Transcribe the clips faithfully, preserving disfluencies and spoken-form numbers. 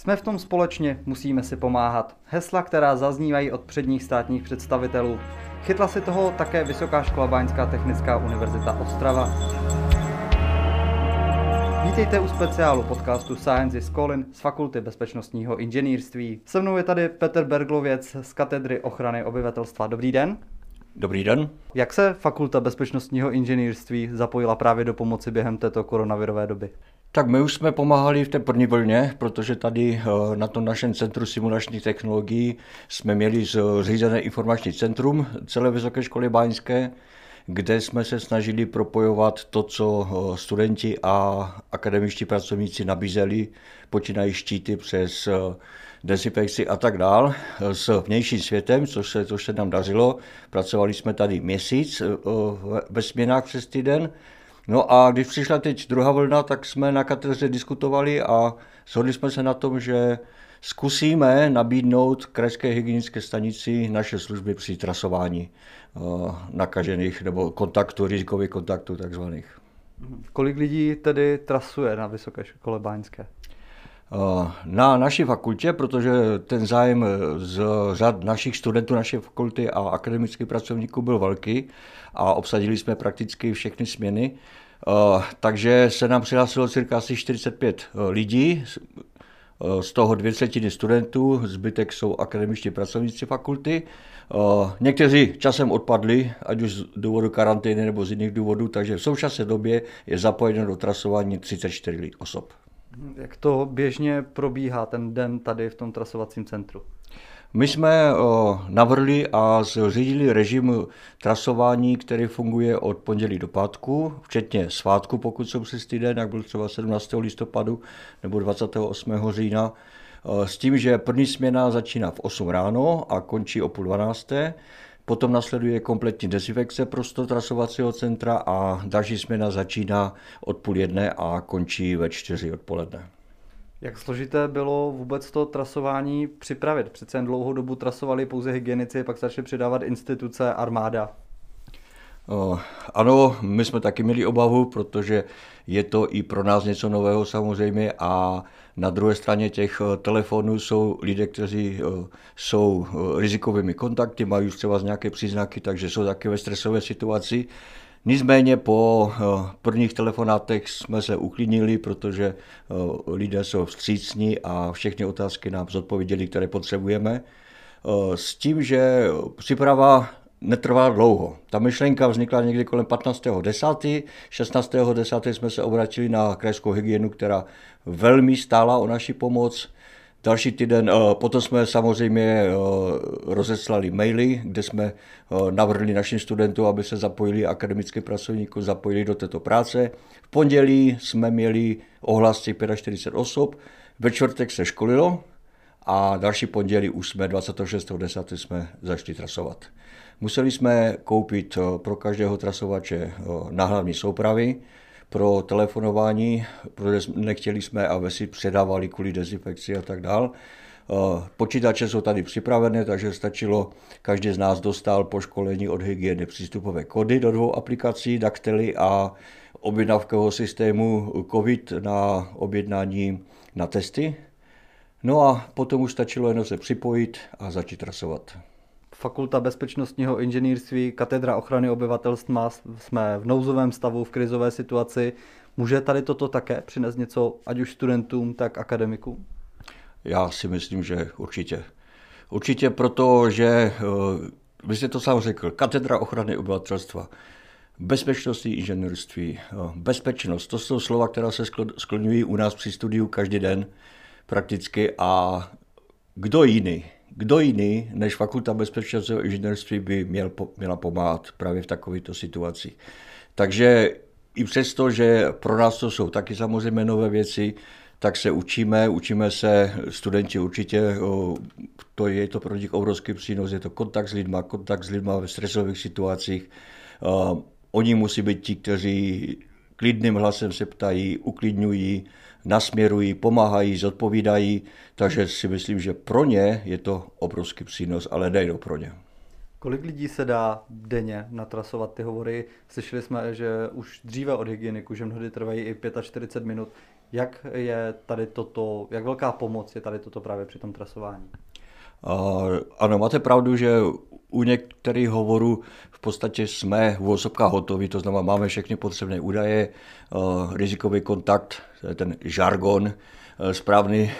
Jsme v tom společně, musíme si pomáhat. Hesla, která zaznívají od předních státních představitelů. Chytla si toho také Vysoká škola Báňská technická univerzita Ostrava. Vítejte u speciálu podcastu Science is Calling z Fakulty bezpečnostního inženýrství. Se mnou je tady Petr Berglověc z katedry ochrany obyvatelstva. Dobrý den. Dobrý den. Jak se Fakulta bezpečnostního inženýrství zapojila právě do pomoci během této koronavirové doby? Tak my už jsme pomáhali v té první vlně, protože tady na tom našem centru simulačních technologií jsme měli zřízené informační centrum celé Vysoké školy báňské, kde jsme se snažili propojovat to, co studenti a akademičtí pracovníci nabízeli, počínají štíty přes dezinfekci a tak dál, s vnějším světem, což se, což se nám dařilo. Pracovali jsme tady měsíc ve směnách přes týden. No a když přišla teď druhá vlna, tak jsme na katedře diskutovali a shodli jsme se na tom, že zkusíme nabídnout krajské hygienické stanici naše služby při trasování nakažených nebo kontaktu, rizikových kontaktů takzvaných. Kolik lidí tedy trasuje na Vysoké škole báňské? Na naší fakultě, protože ten zájem z řad našich studentů naší fakulty a akademických pracovníků byl velký a obsadili jsme prakticky všechny směny, takže se nám přihlásilo cirka asi čtyřicet pět lidí, z toho dvě třetiny studentů, zbytek jsou akademičtí pracovníci fakulty. Někteří časem odpadli, ať už z důvodu karantény nebo z jiných důvodů, takže v současné době je zapojeno do trasování třicet čtyři osob. Jak to běžně probíhá ten den tady v tom trasovacím centru? My jsme navrhli a zřídili režim trasování, který funguje od pondělí do pátku, včetně svátku, pokud jsou přes týden, jak byl třeba sedmnáctého listopadu nebo dvacátého osmého října, s tím, že první směna začíná v osm ráno a končí o půl dvanácté. Potom nasleduje kompletní dezinfekce prostor trasovacího centra a další směna začíná od půl jedné a končí ve čtyři odpoledne. Jak složité bylo vůbec to trasování připravit? Přece jen dlouhou dobu trasovali pouze hygienici, pak začaly přidávat instituce, armáda. Ano, my jsme taky měli obavu, protože je to i pro nás něco nového samozřejmě a na druhé straně těch telefonů jsou lidé, kteří jsou rizikovými kontakty, mají už třeba nějaké příznaky, takže jsou taky ve stresové situaci. Nicméně po prvních telefonátech jsme se uklidnili, protože lidé jsou vstřícní a všechny otázky nám zodpověděli, které potřebujeme. S tím, že příprava netrvá dlouho. Ta myšlenka vznikla někdy kolem patnáctého desátého šestnáctého desátého jsme se obrátili na krajskou hygienu, která velmi stála o naši pomoc. Další týden, potom jsme samozřejmě rozeslali maily, kde jsme navrhli našim studentům, aby se zapojili, akademické pracovníky zapojili do této práce. V pondělí jsme měli ohlas těch čtyřicet pět osob, ve čtvrtek se školilo a další pondělí už jsme dvacátého šestého desátého jsme začali trasovat. Museli jsme koupit pro každého trasovače náhlavní soupravy pro telefonování, protože nechtěli jsme, aby si předávali kvůli dezinfekci a tak dál. Počítače jsou tady připravené, takže stačilo, každý z nás dostal po školení od hygieny přístupové kódy do dvou aplikací, Daktely a objednávkového systému COVID na objednání na testy. No a potom už stačilo jenom se připojit a začít trasovat. Fakulta bezpečnostního inženýrství, katedra ochrany obyvatelstva, jsme v nouzovém stavu, v krizové situaci. Může tady toto také přinést něco, ať už studentům, tak akademikům? Já si myslím, že určitě. Určitě proto, že vy jste to sám řekl, katedra ochrany obyvatelstva, bezpečnostní inženýrství, bezpečnost, to jsou slova, která se skloňují u nás při studiu každý den prakticky a kdo jiný? Kdo jiný než Fakulta bezpečnostního inženýrství by měl, měla pomáhat právě v takovéto situaci. Takže i přesto, že pro nás to jsou taky samozřejmě nové věci, tak se učíme, učíme se, studenti určitě, to je to pro nich obrovský přínos, je to kontakt s lidma, kontakt s lidma ve stresových situacích. Oni musí být ti, kteří klidným hlasem se ptají, uklidňují, nasměrují, pomáhají, zodpovídají, takže si myslím, že pro ně je to obrovský přínos, ale nejdou pro ně. Kolik lidí se dá denně natrasovat ty hovory? Slyšeli jsme, že už dříve od hygieniků, že mnohdy trvají i čtyřicet pět minut. Jak je tady toto, jak velká pomoc je tady toto právě při tom trasování? Uh, ano, máte pravdu, že u některých hovorů v podstatě jsme v osobkách hotoví, to znamená, máme všechny potřebné údaje, uh, rizikový kontakt, to je ten žargon, uh, správný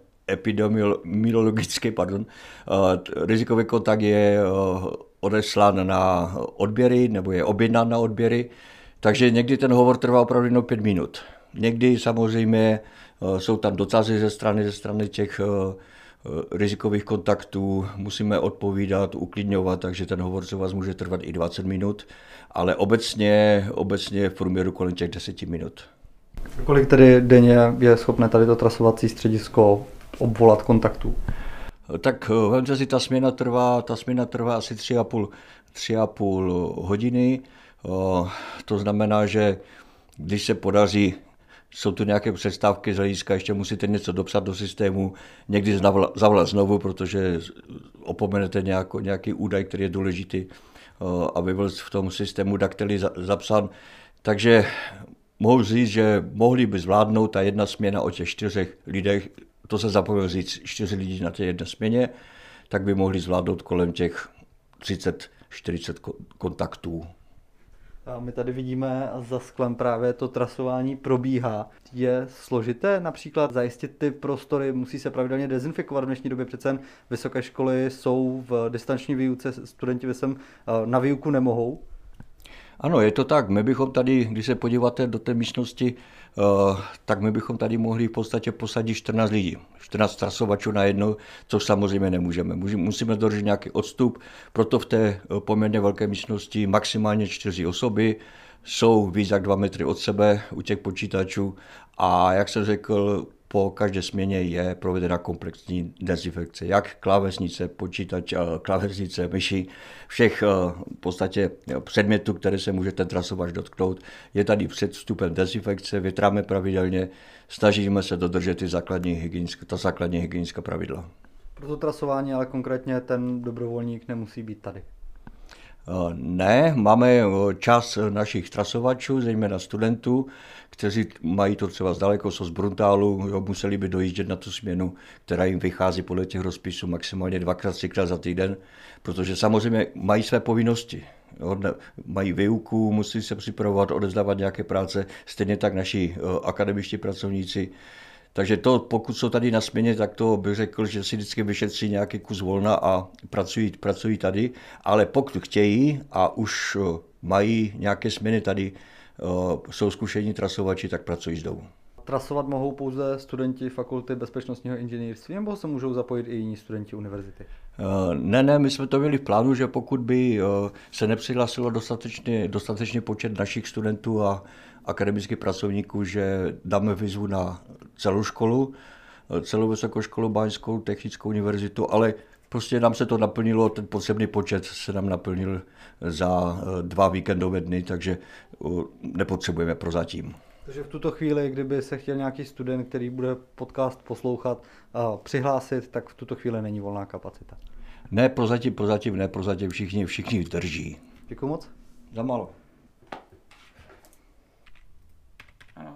epidemiologický, pardon, uh, rizikový kontakt je uh, odeslán na odběry nebo je objednán na odběry, takže někdy ten hovor trvá opravdu jenom pět minut. Někdy samozřejmě uh, jsou tam dotazy ze strany, ze strany těch uh, rizikových kontaktů, musíme odpovídat, uklidňovat, takže ten hovor se vás může trvat i dvacet minut, ale obecně, obecně v průměru kolem těch deseti minut. Kolik tedy denně je schopné tady to trasovací středisko obvolat kontaktů? Tak vemte si, ta směna trvá, ta směna trvá asi tři a půl, tři a půl hodiny, to znamená, že když se podaří, jsou tu nějaké přestávky z hlediska, ještě musíte něco dopsat do systému, někdy zavolat znovu, protože opomenete nějaký, nějaký údaj, který je důležitý, aby byl v tom systému daktely zapsán. Takže mohu říct, že mohli by zvládnout ta jedna směna o těch čtyřech lidech, to se zapomněl říct, čtyři lidi na té jedné směně, tak by mohli zvládnout kolem těch třicet čtyřicet kontaktů. A my tady vidíme za sklem právě to trasování probíhá. Je složité například zajistit ty prostory, musí se pravidelně dezinfikovat v dnešní době, přece vysoké školy jsou v distanční výuce, studenti sem na výuku nemohou. Ano, je to tak. My bychom tady, když se podíváte do té místnosti, tak my bychom tady mohli v podstatě posadit čtrnáct lidí. čtrnáct trasovačů na jedno, což samozřejmě nemůžeme. Musíme dodržet nějaký odstup, proto v té poměrně velké místnosti maximálně čtyři osoby, jsou víc jak dva metry od sebe u těch počítačů a jak jsem řekl, po každé směně je provedena komplexní dezinfekce, jak klávesnice, počítač, klávesnice, myši, všech v podstatě předmětů, které se může ten trasovač dotknout. Je tady před vstupem dezinfekce, větráme pravidelně, snažíme se dodržet ty základní hygienická, ta základní hygienická pravidla. Pro to trasování ale konkrétně ten dobrovolník nemusí být tady. Ne, máme část našich trasovačů, zejména studentů, kteří mají to třeba zdaleko, jsou z Bruntálu, jo, museli by dojíždět na tu směnu, která jim vychází podle těch rozpisů maximálně dvakrát, třikrát za týden, protože samozřejmě mají své povinnosti. Jo, mají výuku, musí se připravovat, odevzdávat nějaké práce, stejně tak naši akademičtí pracovníci. Takže to, pokud jsou tady na směně, tak to bych řekl, že si vždycky vyšetří nějaký kus volna a pracují, pracují tady, ale pokud chtějí a už mají nějaké směny tady, jsou zkušení trasovači, tak pracují z domu. Trasovat mohou pouze studenti Fakulty bezpečnostního inženýrství, nebo se můžou zapojit i jiní studenti univerzity? Ne, ne, my jsme to měli v plánu, že pokud by se nepřihlásilo dostatečně, dostatečně počet našich studentů a akademických pracovníků, že dáme výzvu na celou školu, celou vysokou školu, Báňskou technickou univerzitu, ale prostě nám se to naplnilo, ten potřebný počet se nám naplnil za dva víkendové dny, takže nepotřebujeme prozatím. Takže v tuto chvíli, kdyby se chtěl nějaký student, který bude podcast poslouchat, přihlásit, tak v tuto chvíli není volná kapacita. Ne, prozatím, prozatím ne, prozatím všichni, všichni drží. Děkuji moc. Za málo. Ano.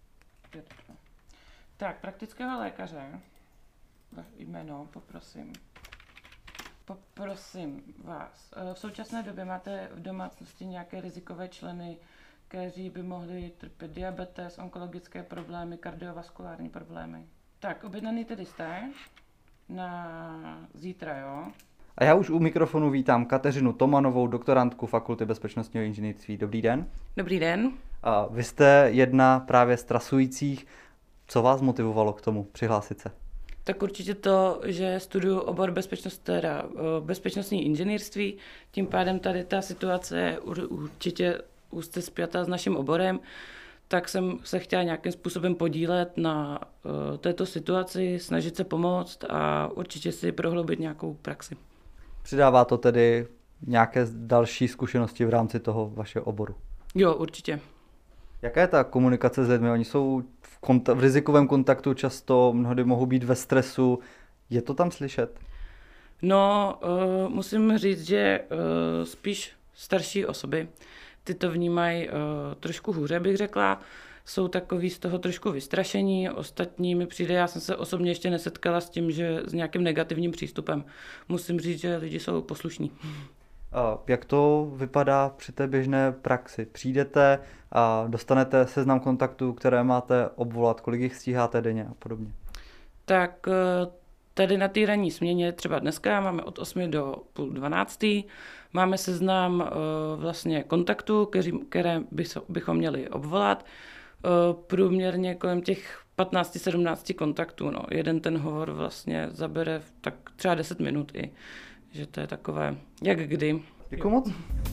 Tak, praktického lékaře, jméno, poprosím. Poprosím vás. V současné době máte v domácnosti nějaké rizikové členy, kteří by mohli trpět diabetes, onkologické problémy, kardiovaskulární problémy. Tak, objednaný tedy jste na zítra, jo? A já už u mikrofonu vítám Kateřinu Tomanovou, doktorantku Fakulty bezpečnostního inženýrství. Dobrý den. Dobrý den. A vy jste jedna právě z trasujících. Co vás motivovalo k tomu přihlásit se? Tak určitě to, že studuju obor bezpečnost, teda bezpečnostní inženýrství, tím pádem tady ta situace je určitě úzce spjatá s naším oborem, tak jsem se chtěla nějakým způsobem podílet na uh, této situaci, snažit se pomoct a určitě si prohloubit nějakou praxi. Přidává to tedy nějaké další zkušenosti v rámci toho vašeho oboru? Jo, určitě. Jaká je ta komunikace s lidmi? Oni jsou v, konta- v rizikovém kontaktu často, mnohdy mohou být ve stresu. Je to tam slyšet? No, uh, musím říct, že uh, spíš starší osoby, ty to vnímají uh, trošku hůře, bych řekla. jsou takový z toho trošku vystrašení. Ostatní mi přijde, já jsem se osobně ještě nesetkala s tím, že s nějakým negativním přístupem. Musím říct, že lidi jsou poslušní. A jak to vypadá při té běžné praxi? Přijdete a dostanete seznam kontaktů, které máte obvolat, kolik jich stíháte denně a podobně? Tak tady na té ranní směně, třeba dneska máme od osmi do půl dvanáctý, máme seznam vlastně kontaktů, které bychom měli obvolat. Průměrně kolem těch patnáct sedmnáct kontaktů. No. Jeden ten hovor vlastně zabere tak třeba deset minut i. Že to je takové, jak kdy. Děkuji moc.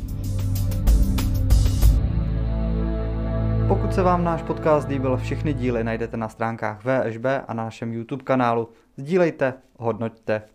Pokud se vám náš podcast líbil, všechny díly najdete na stránkách V Š B a na našem YouTube kanálu. Sdílejte, hodnoťte